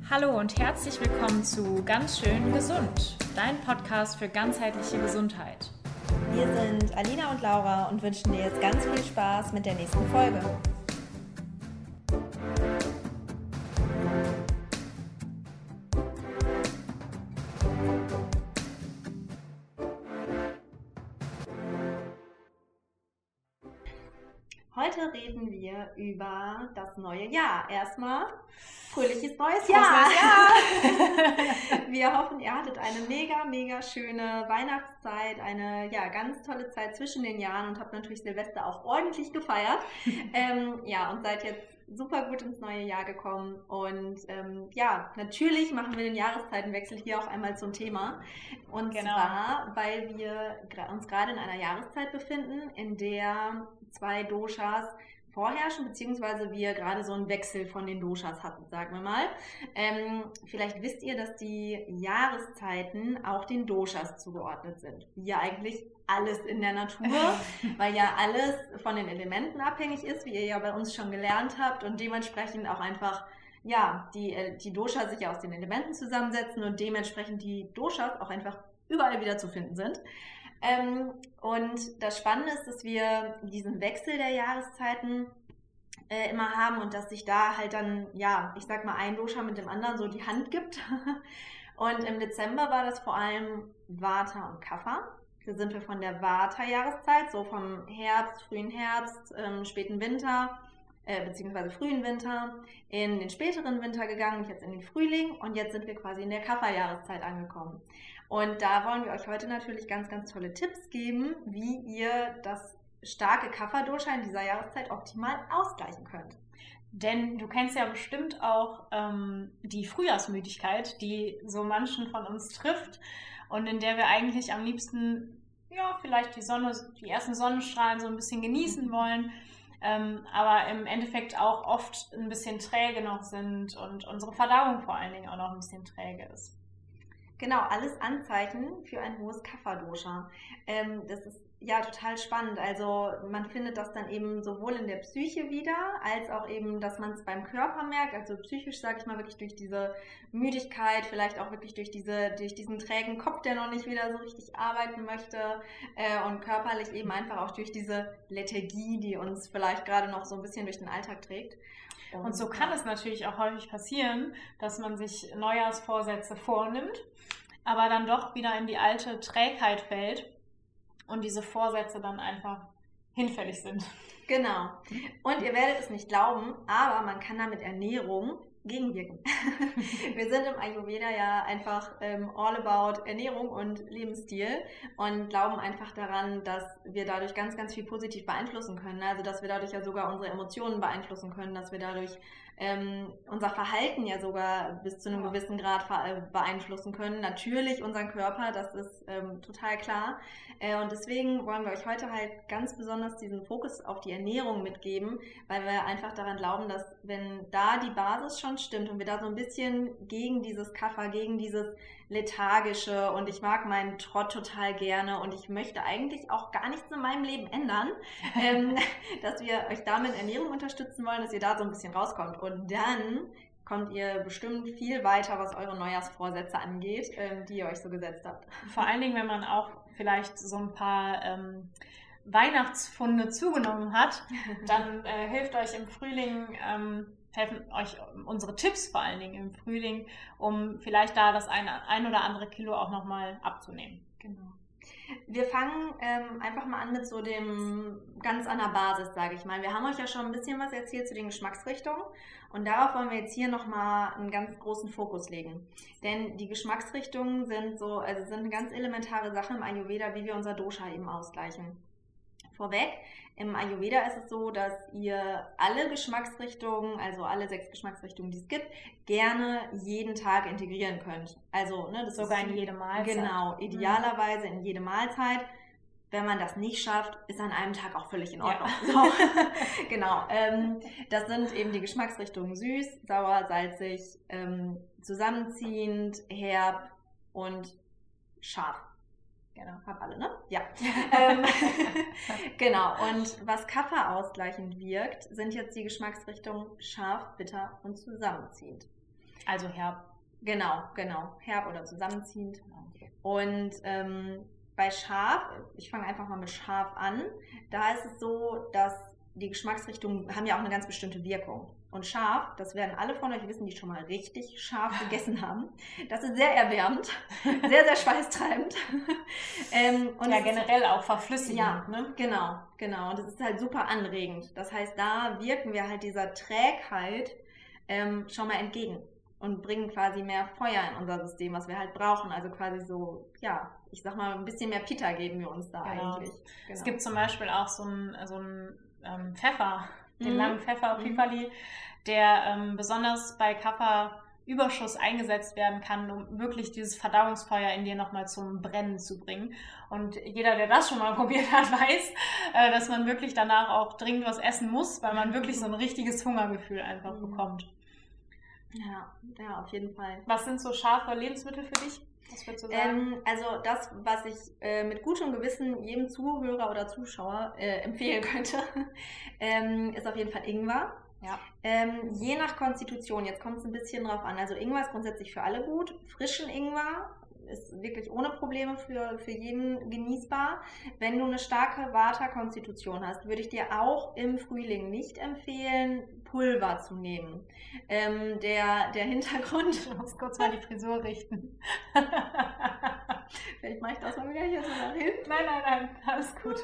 Hallo und herzlich willkommen zu Ganz schön gesund, dein Podcast für ganzheitliche Gesundheit. Wir sind Alina und Laura und wünschen dir jetzt ganz viel Spaß mit der nächsten Folge. Heute reden wir über das neue Jahr. Erstmal fröhliches neues Jahr. Wir hoffen, ihr hattet eine mega schöne Weihnachtszeit, eine ganz tolle Zeit zwischen den Jahren und habt natürlich Silvester auch ordentlich gefeiert. Und seid jetzt super gut ins neue Jahr gekommen. Und natürlich machen wir den Jahreszeitenwechsel hier auch einmal zum Thema. Und zwar, weil wir uns gerade in einer Jahreszeit befinden, in der 2 Doshas vorherrschen, beziehungsweise wir gerade so einen Wechsel von den Doshas hatten, sagen wir mal. Vielleicht wisst ihr, dass die Jahreszeiten auch den Doshas zugeordnet sind. Wie ja eigentlich alles in der Natur, weil ja alles von den Elementen abhängig ist, wie ihr ja bei uns schon gelernt habt und dementsprechend auch einfach die Doshas sich ja aus den Elementen zusammensetzen und dementsprechend die Doshas auch einfach überall wieder zu finden sind. Und das Spannende ist, dass wir diesen Wechsel der Jahreszeiten immer haben und dass sich da halt dann, ich sag mal, ein Dosha mit dem anderen so die Hand gibt. Und im Dezember war das vor allem Vata und Kapha. Da sind wir von der Vata-Jahreszeit, so vom Herbst, frühen Herbst, späten Winter, beziehungsweise frühen Winter, in den späteren Winter gegangen und jetzt in den Frühling und jetzt sind wir quasi in der Kapha-Jahreszeit angekommen. Und da wollen wir euch heute natürlich ganz tolle Tipps geben, wie ihr das starke Kapha-Dosha in dieser Jahreszeit optimal ausgleichen könnt. Denn du kennst ja bestimmt auch die Frühjahrsmüdigkeit, die so manchen von uns trifft und in der wir eigentlich am liebsten vielleicht die ersten Sonnenstrahlen so ein bisschen genießen wollen, aber im Endeffekt auch oft ein bisschen träge noch sind und unsere Verdauung vor allen Dingen auch noch ein bisschen träge ist. Genau, alles Anzeichen für ein hohes Kapha-Dosha. Das ist total spannend. Also man findet das dann eben sowohl in der Psyche wieder, als auch eben, dass man es beim Körper merkt. Also psychisch, sage ich mal, wirklich durch diese Müdigkeit, vielleicht auch wirklich durch diesen trägen Kopf, der noch nicht wieder so richtig arbeiten möchte und körperlich eben einfach auch durch diese Lethargie, die uns vielleicht gerade noch so ein bisschen durch den Alltag trägt. Und so kann es natürlich auch häufig passieren, dass man sich Neujahrsvorsätze vornimmt, aber dann doch wieder in die alte Trägheit fällt und diese Vorsätze dann einfach hinfällig sind. Genau. Und ihr werdet es nicht glauben, aber man kann da mit Ernährung gegenwirken. Wir sind im Ayurveda ja einfach all about Ernährung und Lebensstil und glauben einfach daran, dass wir dadurch ganz viel positiv beeinflussen können. Also dass wir dadurch ja sogar unsere Emotionen beeinflussen können, dass wir dadurch unser Verhalten ja sogar bis zu einem gewissen Grad beeinflussen können. Natürlich unseren Körper, das ist total klar. Und deswegen wollen wir euch heute halt ganz besonders diesen Fokus auf die Ernährung mitgeben, weil wir einfach daran glauben, dass wenn da die Basis schon stimmt und wir da so ein bisschen gegen dieses Kapha, gegen dieses Lethargische und ich mag meinen Trott total gerne und ich möchte eigentlich auch gar nichts in meinem Leben ändern, dass wir euch da mit Ernährung unterstützen wollen, dass ihr da so ein bisschen rauskommt. Und dann kommt ihr bestimmt viel weiter, was eure Neujahrsvorsätze angeht, die ihr euch so gesetzt habt. Vor allen Dingen, wenn man auch vielleicht so ein paar Weihnachtsfunde zugenommen hat, dann helfen euch unsere Tipps vor allen Dingen im Frühling, um vielleicht da das ein oder andere Kilo auch nochmal abzunehmen. Genau. Wir fangen einfach mal an mit so dem ganz an der Basis, sage ich mal. Wir haben euch ja schon ein bisschen was erzählt zu den Geschmacksrichtungen und darauf wollen wir jetzt hier nochmal einen ganz großen Fokus legen. Denn die Geschmacksrichtungen sind eine ganz elementare Sache im Ayurveda, wie wir unser Dosha eben ausgleichen. Vorweg, im Ayurveda ist es so, dass ihr alle Geschmacksrichtungen, also alle 6 Geschmacksrichtungen, die es gibt, gerne jeden Tag integrieren könnt. Also, das sogar ist in jede Mahlzeit. Genau, idealerweise in jede Mahlzeit. Wenn man das nicht schafft, ist an einem Tag auch völlig in Ordnung. Ja. So. Genau. Das sind eben die Geschmacksrichtungen süß, sauer, salzig, zusammenziehend, herb und scharf. Genau, hab alle, ne? Ja. Genau, und was Kapha ausgleichend wirkt, sind jetzt die Geschmacksrichtungen scharf, bitter und zusammenziehend. Also herb. Genau, herb oder zusammenziehend. Und bei scharf, ich fange einfach mal mit scharf an, da ist es so, dass die Geschmacksrichtungen haben ja auch eine ganz bestimmte Wirkung. Und scharf, das werden alle von euch wissen, die schon mal richtig scharf gegessen haben. Das ist sehr erwärmend, sehr, sehr schweißtreibend. Und ja, generell auch verflüssigend. Ja, ne? Genau. Und das ist halt super anregend. Das heißt, da wirken wir halt dieser Trägheit schon mal entgegen und bringen quasi mehr Feuer in unser System, was wir halt brauchen. Also quasi so, ja, ich sag mal, ein bisschen mehr Pita geben wir uns da eigentlich. Genau. Es gibt zum Beispiel auch so einen Pfeffer, den langen Pfeffer, Pipali, der besonders bei Kapha-Überschuss eingesetzt werden kann, um wirklich dieses Verdauungsfeuer in dir nochmal zum Brennen zu bringen. Und jeder, der das schon mal probiert hat, weiß, dass man wirklich danach auch dringend was essen muss, weil man wirklich so ein richtiges Hungergefühl einfach bekommt. Ja, auf jeden Fall. Was sind so scharfe Lebensmittel für dich? Was würdest du sagen? Also das, was ich mit gutem Gewissen jedem Zuhörer oder Zuschauer empfehlen könnte, ist auf jeden Fall Ingwer. Ja. Je nach Konstitution, jetzt kommt es ein bisschen drauf an. Also Ingwer ist grundsätzlich für alle gut. Frischen Ingwer ist wirklich ohne Probleme für jeden genießbar. Wenn du eine starke Vata-Konstitution hast, würde ich dir auch im Frühling nicht empfehlen, Pulver zu nehmen. Der Hintergrund... Ich muss kurz mal die Frisur richten. Vielleicht mache ich das mal wieder hier so nach hinten. Nein, alles gut.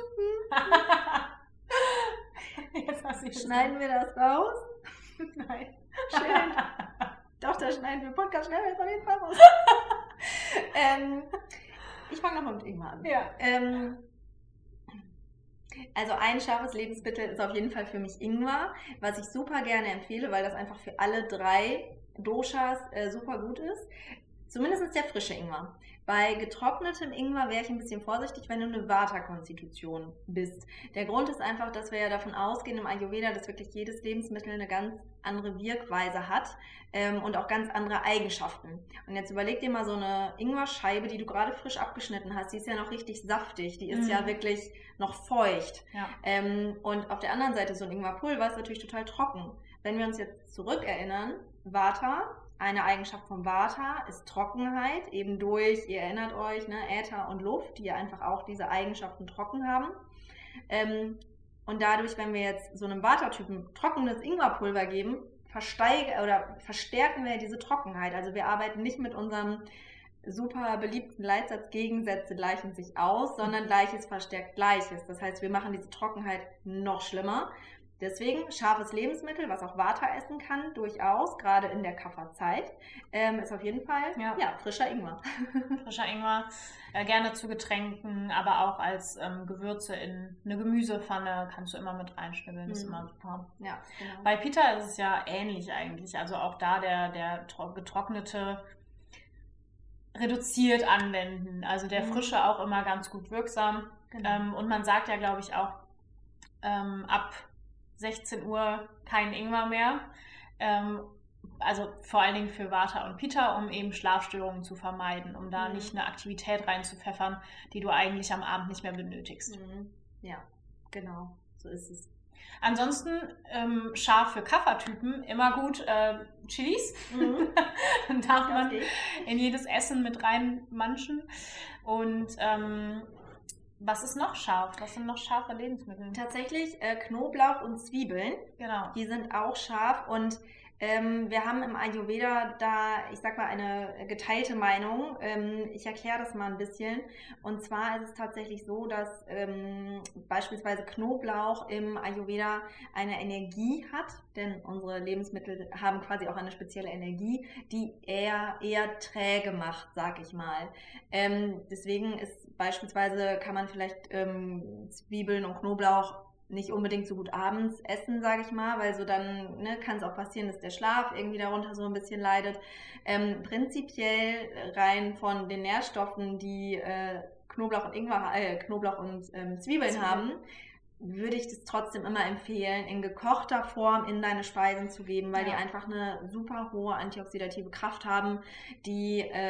Schneiden wir das raus? Nein. Schön. Doch, da schneiden wir Podcast, schneiden wir jetzt auf jeden Fall raus. Ich fange nochmal mit Ingwer an. Ja. Also ein scharfes Lebensmittel ist auf jeden Fall für mich Ingwer, was ich super gerne empfehle, weil das einfach für alle 3 Doshas super gut ist. Zumindest der frische Ingwer. Bei getrocknetem Ingwer wäre ich ein bisschen vorsichtig, wenn du eine Vata-Konstitution bist. Der Grund ist einfach, dass wir ja davon ausgehen im Ayurveda, dass wirklich jedes Lebensmittel eine ganz andere Wirkweise hat und auch ganz andere Eigenschaften. Und jetzt überleg dir mal so eine Ingwerscheibe, die du gerade frisch abgeschnitten hast, die ist ja noch richtig saftig, die ist ja wirklich noch feucht. Ja. Und auf der anderen Seite so ein Ingwerpulver ist natürlich total trocken. Wenn wir uns jetzt zurückerinnern, Vata, eine Eigenschaft vom Vata ist Trockenheit, eben durch, ihr erinnert euch, ne, Äther und Luft, die ja einfach auch diese Eigenschaften trocken haben. Und dadurch, wenn wir jetzt so einem Vata-Typen trockenes Ingwerpulver geben, verstärken wir diese Trockenheit. Also wir arbeiten nicht mit unserem super beliebten Leitsatz, Gegensätze gleichen sich aus, sondern Gleiches verstärkt Gleiches. Das heißt, wir machen diese Trockenheit noch schlimmer. Deswegen scharfes Lebensmittel, was auch Vata essen kann, durchaus, gerade in der Kapha-Zeit, ist auf jeden Fall frischer Ingwer. Frischer Ingwer, gerne zu Getränken, aber auch als Gewürze in eine Gemüsepfanne kannst du immer mit reinschnibbeln, ist immer super. Ja, genau. Bei Pita ist es ja ähnlich eigentlich, also auch da der getrocknete reduziert anwenden, also der frische auch immer ganz gut wirksam. Genau. Und man sagt ja, glaube ich, auch ab 16 Uhr kein Ingwer mehr. Also vor allen Dingen für Vata und Pitta, um eben Schlafstörungen zu vermeiden, um da nicht eine Aktivität reinzupfeffern, die du eigentlich am Abend nicht mehr benötigst. Ja, genau, so ist es. Ansonsten scharf für Kapha-Typen immer gut Chilis. Dann darf man in jedes Essen mit reinmanschen. Und was ist noch scharf? Was sind noch scharfe Lebensmittel? Tatsächlich Knoblauch und Zwiebeln. Genau. Die sind auch scharf und wir haben im Ayurveda da, ich sag mal, eine geteilte Meinung. Ich erkläre das mal ein bisschen. Und zwar ist es tatsächlich so, dass beispielsweise Knoblauch im Ayurveda eine Energie hat, denn unsere Lebensmittel haben quasi auch eine spezielle Energie, die eher träge macht, sag ich mal. Deswegen ist beispielsweise, kann man vielleicht Zwiebeln und Knoblauch nicht unbedingt so gut abends essen, sage ich mal, weil so dann kann es auch passieren, dass der Schlaf irgendwie darunter so ein bisschen leidet. Prinzipiell rein von den Nährstoffen, die Knoblauch und Zwiebeln haben, würde ich das trotzdem immer empfehlen, in gekochter Form in deine Speisen zu geben, weil die einfach eine super hohe antioxidative Kraft haben, die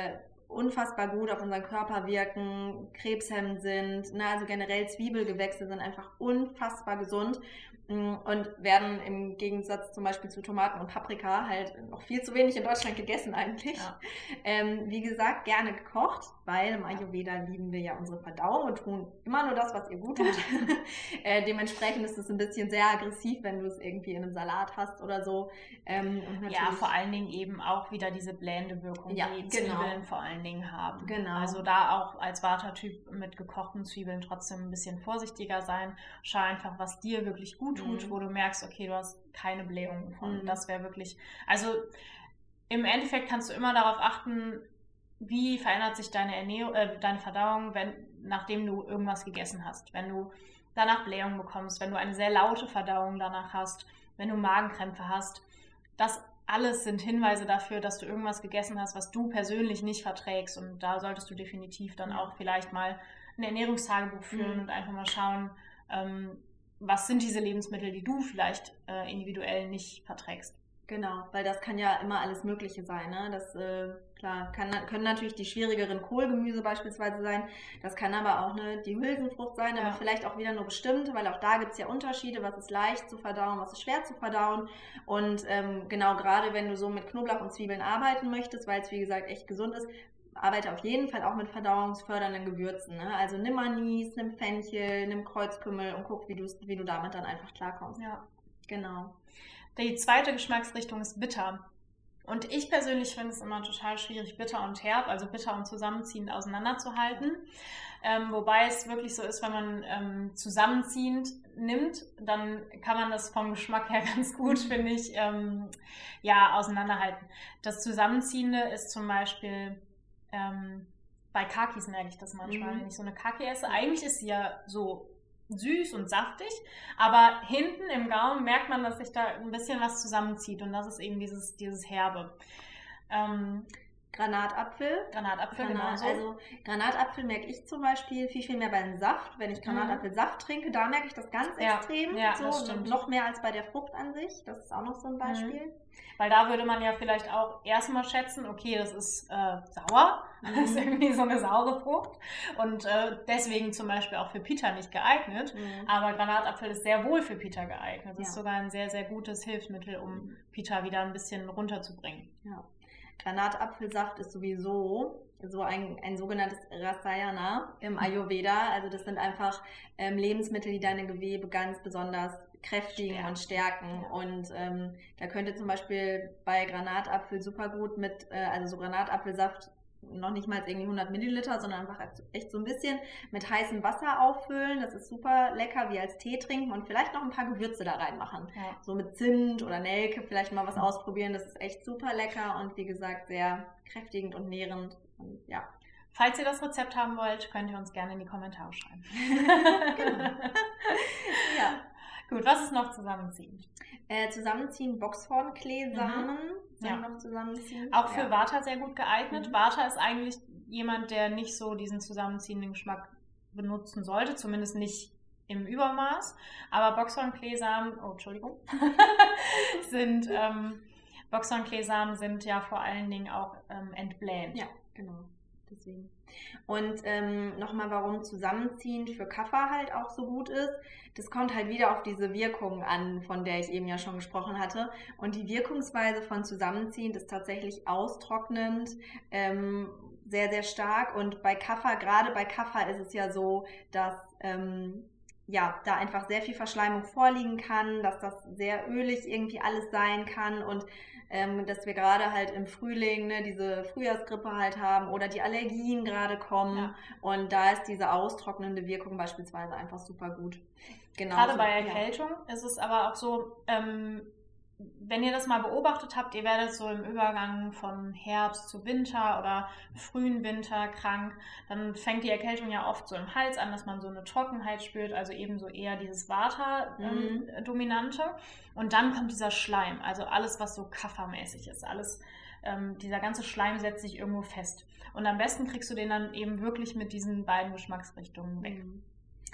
unfassbar gut auf unseren Körper wirken, krebshemmend sind, ne? Also generell Zwiebelgewächse sind einfach unfassbar gesund und werden im Gegensatz zum Beispiel zu Tomaten und Paprika halt noch viel zu wenig in Deutschland gegessen eigentlich. Ja. Wie gesagt, gerne gekocht, weil im Ayurveda lieben wir ja unsere Verdauung und tun immer nur das, was ihr gut tut. Dementsprechend ist es ein bisschen sehr aggressiv, wenn du es irgendwie in einem Salat hast oder so. Und Ja, vor allen Dingen eben auch wieder diese blähende Wirkung, Ja, die genau. Zwiebeln vor allen Dingen haben. Genau. Also da auch als Vata-Typ mit gekochten Zwiebeln trotzdem ein bisschen vorsichtiger sein. Schau einfach, was dir wirklich gut tut, wo du merkst, okay, du hast keine Blähungen von. Das wäre wirklich, also im Endeffekt kannst du immer darauf achten, wie verändert sich deine deine Verdauung, nachdem du irgendwas gegessen hast. Wenn du danach Blähungen bekommst, wenn du eine sehr laute Verdauung danach hast, wenn du Magenkrämpfe hast. Das alles sind Hinweise dafür, dass du irgendwas gegessen hast, was du persönlich nicht verträgst. Und da solltest du definitiv dann auch vielleicht mal ein Ernährungstagebuch führen und einfach mal schauen, was sind diese Lebensmittel, die du vielleicht individuell nicht verträgst. Genau, weil das kann ja immer alles Mögliche sein. Ne? Das klar, können natürlich die schwierigeren Kohlgemüse beispielsweise sein. Das kann aber auch die Hülsenfrucht sein, aber vielleicht auch wieder nur bestimmt, weil auch da gibt es ja Unterschiede, was ist leicht zu verdauen, was ist schwer zu verdauen. Und genau, gerade wenn du so mit Knoblauch und Zwiebeln arbeiten möchtest, weil es wie gesagt echt gesund ist, arbeite auf jeden Fall auch mit verdauungsfördernden Gewürzen. Ne? Also nimm Anis, nimm Fenchel, nimm Kreuzkümmel und guck, wie du damit dann einfach klarkommst. Ja, genau. Die zweite Geschmacksrichtung ist bitter. Und ich persönlich finde es immer total schwierig, bitter und herb, also bitter und zusammenziehend auseinanderzuhalten. Wobei es wirklich so ist, wenn man zusammenziehend nimmt, dann kann man das vom Geschmack her ganz gut, finde ich, auseinanderhalten. Das Zusammenziehende ist zum Beispiel bei Kakis merke ich das manchmal, wenn ich so eine Kaki esse. Eigentlich ist sie ja so süß und saftig, aber hinten im Gaumen merkt man, dass sich da ein bisschen was zusammenzieht und das ist eben dieses Herbe. Granatapfel, genauso. Also Granatapfel merke ich zum Beispiel viel mehr beim Saft. Wenn ich Granatapfelsaft trinke, da merke ich das ganz extrem. Ja, so, das stimmt. Noch mehr als bei der Frucht an sich. Das ist auch noch so ein Beispiel. Weil da würde man ja vielleicht auch erstmal schätzen, okay, das ist sauer, das ist irgendwie so eine saure Frucht und deswegen zum Beispiel auch für Pita nicht geeignet. Aber Granatapfel ist sehr wohl für Pita geeignet. Das ist sogar ein sehr, sehr gutes Hilfsmittel, um Pita wieder ein bisschen runterzubringen. Ja. Granatapfelsaft ist sowieso so ein sogenanntes Rasayana im Ayurveda. Also das sind einfach Lebensmittel, die deine Gewebe ganz besonders kräftigen und stärken. Ja. Und da könnte zum Beispiel bei Granatapfel super gut mit, also so Granatapfelsaft, noch nicht mal irgendwie 100 Milliliter, sondern einfach echt so ein bisschen mit heißem Wasser auffüllen. Das ist super lecker, wie als Tee trinken und vielleicht noch ein paar Gewürze da reinmachen. Ja. So mit Zimt oder Nelke vielleicht mal was ausprobieren. Das ist echt super lecker und wie gesagt sehr kräftigend und nährend. Und, ja. Falls ihr das Rezept haben wollt, könnt ihr uns gerne in die Kommentare schreiben. Genau. Ja. Gut, was ist noch zusammenziehend? Zusammenziehen Boxhornkleesamen. Noch zusammenziehen. Auch für Vata sehr gut geeignet. Vata ist eigentlich jemand, der nicht so diesen zusammenziehenden Geschmack benutzen sollte, zumindest nicht im Übermaß. Aber Boxhornkleesamen, Boxhornkleesamen sind ja vor allen Dingen auch entblähend. Ja, genau. Deswegen. Und nochmal, warum zusammenziehend für Kapha halt auch so gut ist. Das kommt halt wieder auf diese Wirkung an, von der ich eben ja schon gesprochen hatte. Und die Wirkungsweise von zusammenziehend ist tatsächlich austrocknend, sehr, sehr stark. Und bei Kapha, gerade bei Kapha ist es ja so, dass da einfach sehr viel Verschleimung vorliegen kann, dass das sehr ölig irgendwie alles sein kann und dass wir gerade halt im Frühling diese Frühjahrsgrippe halt haben oder die Allergien gerade kommen. Ja. Und da ist diese austrocknende Wirkung beispielsweise einfach super gut. Genauso, gerade bei Erkältung ist es aber auch so, wenn ihr das mal beobachtet habt, ihr werdet so im Übergang von Herbst zu Winter oder frühen Winter krank, dann fängt die Erkältung ja oft so im Hals an, dass man so eine Trockenheit spürt, also eben so eher dieses Vata-Dominante. Und dann kommt dieser Schleim, also alles, was so Kapha-mäßig ist, dieser ganze Schleim setzt sich irgendwo fest. Und am besten kriegst du den dann eben wirklich mit diesen beiden Geschmacksrichtungen weg.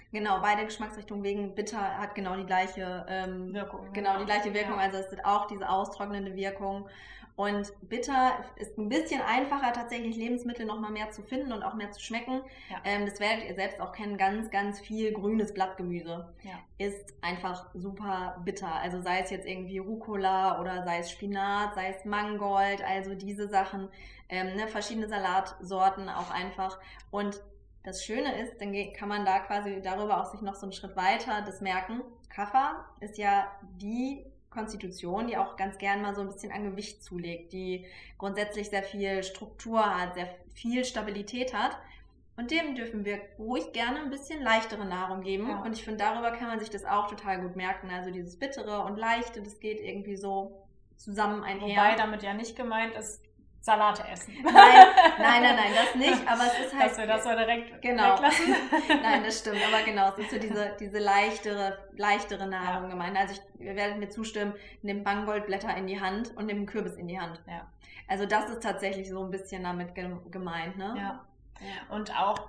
Genau, beide Geschmacksrichtungen wegen bitter hat genau die gleiche Wirkung. Genau, die gleiche Wirkung. Ja. Also es hat auch diese austrocknende Wirkung. Und bitter ist ein bisschen einfacher, tatsächlich Lebensmittel nochmal mehr zu finden und auch mehr zu schmecken. Ja. Das werdet ihr selbst auch kennen, ganz, ganz viel grünes Blattgemüse ist einfach super bitter. Also sei es jetzt irgendwie Rucola oder sei es Spinat, sei es Mangold, also diese Sachen, verschiedene Salatsorten auch einfach. Und das Schöne ist, dann kann man da quasi darüber auch sich noch so einen Schritt weiter das merken. Kaffer ist ja die Konstitution, die auch ganz gern mal so ein bisschen an Gewicht zulegt, die grundsätzlich sehr viel Struktur hat, sehr viel Stabilität hat. Und dem dürfen wir ruhig gerne ein bisschen leichtere Nahrung geben. Ja. Und ich finde, darüber kann man sich das auch total gut merken. Also dieses Bittere und Leichte, das geht irgendwie so zusammen einher. Wobei damit ja nicht gemeint ist, Salate essen. Nein, das nicht, aber es ist halt... Dass wir das so direkt weglassen. Nein, das stimmt, aber genau, es ist so diese leichtere Nahrung gemeint. Also ihr werdet mir zustimmen, nehmt Mangoldblätter in die Hand und nehmt Kürbis in die Hand. Ja. Also das ist tatsächlich so ein bisschen damit gemeint, ne? Ja. Und auch,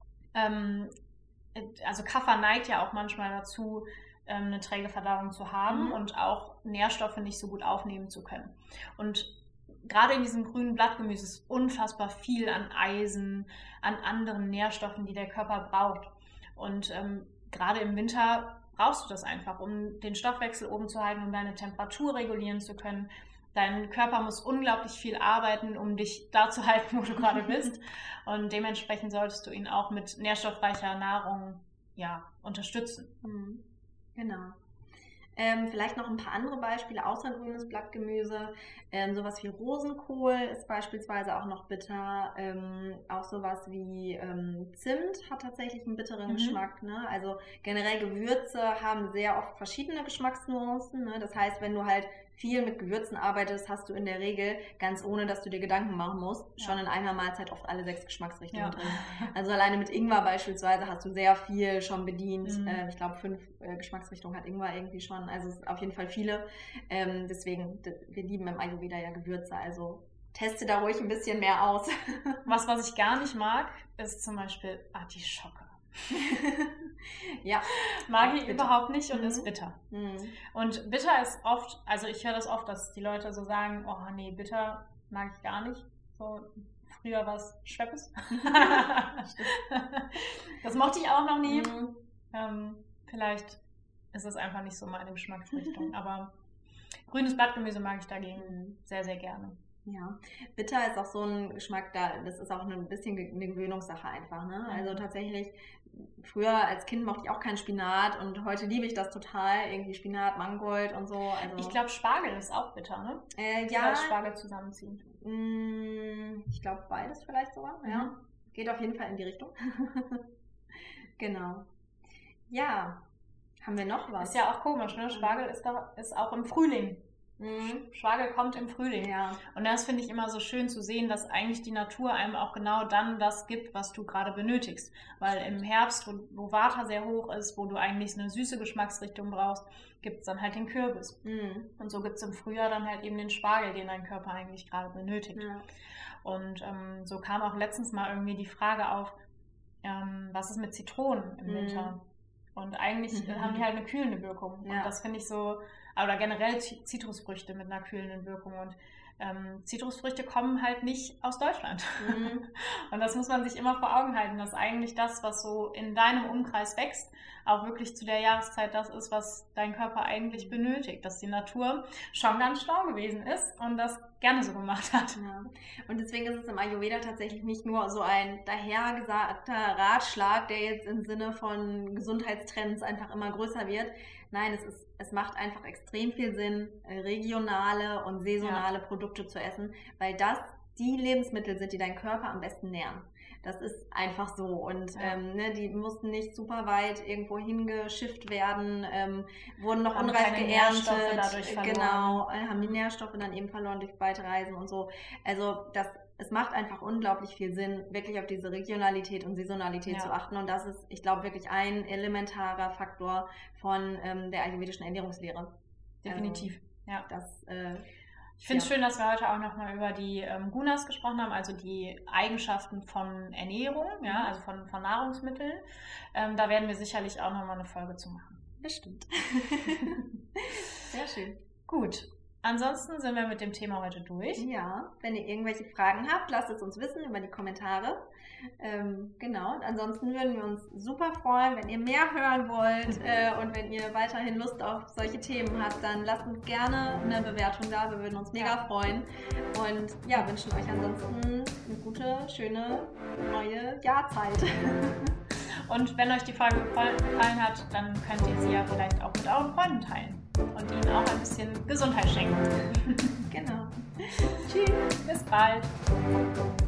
also Kaffer neigt ja auch manchmal dazu, eine träge Verdauung zu haben und auch Nährstoffe nicht so gut aufnehmen zu können. Und gerade in diesem grünen Blattgemüse ist unfassbar viel an Eisen, an anderen Nährstoffen, die der Körper braucht. Und gerade im Winter brauchst du das einfach, um den Stoffwechsel oben zu halten, um deine Temperatur regulieren zu können. Dein Körper muss unglaublich viel arbeiten, um dich da zu halten, wo du gerade bist. Und dementsprechend solltest du ihn auch mit nährstoffreicher Nahrung unterstützen. Genau. Vielleicht noch ein paar andere Beispiele außer grünes Blattgemüse. Sowas wie Rosenkohl ist beispielsweise auch noch bitter. Auch sowas wie Zimt hat tatsächlich einen bitteren Geschmack. Ne? Also generell Gewürze haben sehr oft verschiedene Geschmacksnuancen. Ne? Das heißt, wenn du halt viel mit Gewürzen arbeitest, hast du in der Regel, ganz ohne, dass du dir Gedanken machen musst, schon in einer Mahlzeit oft alle 6 Geschmacksrichtungen drin. Also alleine mit Ingwer beispielsweise hast du sehr viel schon bedient. Ich glaube 5 Geschmacksrichtungen hat Ingwer irgendwie schon. Also es sind auf jeden Fall viele. Deswegen, wir lieben im Ayurveda ja Gewürze. Also teste da ruhig ein bisschen mehr aus. Was ich gar nicht mag, ist zum Beispiel Artischocke. Mag ich überhaupt nicht und ist bitter. Und bitter ist oft, also ich höre das oft, dass die Leute so sagen, oh nee, bitter mag ich gar nicht. So, früher war es Schweppes. Das mochte ich auch noch nie. Vielleicht ist es einfach nicht so meine Geschmacksrichtung, aber grünes Blattgemüse mag ich dagegen sehr, sehr gerne. Ja, bitter ist auch so ein Geschmack, das ist auch ein bisschen eine Gewöhnungssache einfach, ne? Also tatsächlich, früher als Kind mochte ich auch keinen Spinat und heute liebe ich das total, irgendwie Spinat, Mangold und so. Also ich glaube, Spargel ist auch bitter, ne? Ja. Spargel zusammenziehen. Ich glaube, beides vielleicht sogar, ja. Geht auf jeden Fall in die Richtung. Genau. Ja, haben wir noch was? Ist ja auch komisch, ne? Spargel ist auch im Frühling. Spargel kommt im Frühling. Ja. Und das finde ich immer so schön zu sehen, dass eigentlich die Natur einem auch genau dann das gibt, was du gerade benötigst. Weil im Herbst, wo Vata sehr hoch ist, wo du eigentlich eine süße Geschmacksrichtung brauchst, gibt es dann halt den Kürbis. Und so gibt es im Frühjahr dann halt eben den Spargel, den dein Körper eigentlich gerade benötigt. Ja. Und so kam auch letztens mal irgendwie die Frage auf, was ist mit Zitronen im Winter? Und eigentlich haben die halt eine kühlende Wirkung. Ja. Und das finde ich so, oder generell Zitrusfrüchte mit einer kühlenden Wirkung. Und Zitrusfrüchte kommen halt nicht aus Deutschland. Und das muss man sich immer vor Augen halten, dass eigentlich das, was so in deinem Umkreis wächst, auch wirklich zu der Jahreszeit das ist, was dein Körper eigentlich benötigt. Dass die Natur schon ganz schlau gewesen ist und das gerne so gemacht hat. Ja. Und deswegen ist es im Ayurveda tatsächlich nicht nur so ein dahergesagter Ratschlag, der jetzt im Sinne von Gesundheitstrends einfach immer größer wird. Nein, es macht einfach extrem viel Sinn, regionale und saisonale Produkte zu essen, weil das die Lebensmittel sind, die deinen Körper am besten nähren. Das ist einfach so. Und die mussten nicht super weit irgendwo hingeschifft werden, wurden noch unreif geerntet. Genau, haben die Nährstoffe dann eben verloren durch weite Reisen und so. Also es macht einfach unglaublich viel Sinn, wirklich auf diese Regionalität und Saisonalität zu achten. Und das ist, ich glaube, wirklich ein elementarer Faktor von der ayurvedischen Ernährungslehre. Definitiv. Das Ich finde es schön, dass wir heute auch nochmal über die Gunas gesprochen haben, also die Eigenschaften von Ernährung, ja, also von Nahrungsmitteln. Da werden wir sicherlich auch nochmal eine Folge zu machen. Bestimmt. Sehr schön. Gut. Ansonsten sind wir mit dem Thema heute durch. Ja, wenn ihr irgendwelche Fragen habt, lasst es uns wissen über die Kommentare. Genau, und ansonsten würden wir uns super freuen, wenn ihr mehr hören wollt und wenn ihr weiterhin Lust auf solche Themen habt, dann lasst uns gerne eine Bewertung da, wir würden uns mega freuen und ja, wünschen euch ansonsten eine gute, schöne neue Jahrzeit. Und wenn euch die Folge gefallen hat, dann könnt ihr sie ja vielleicht auch mit euren Freunden teilen und ihnen auch ein bisschen Gesundheit schenken. Genau. Tschüss, bis bald.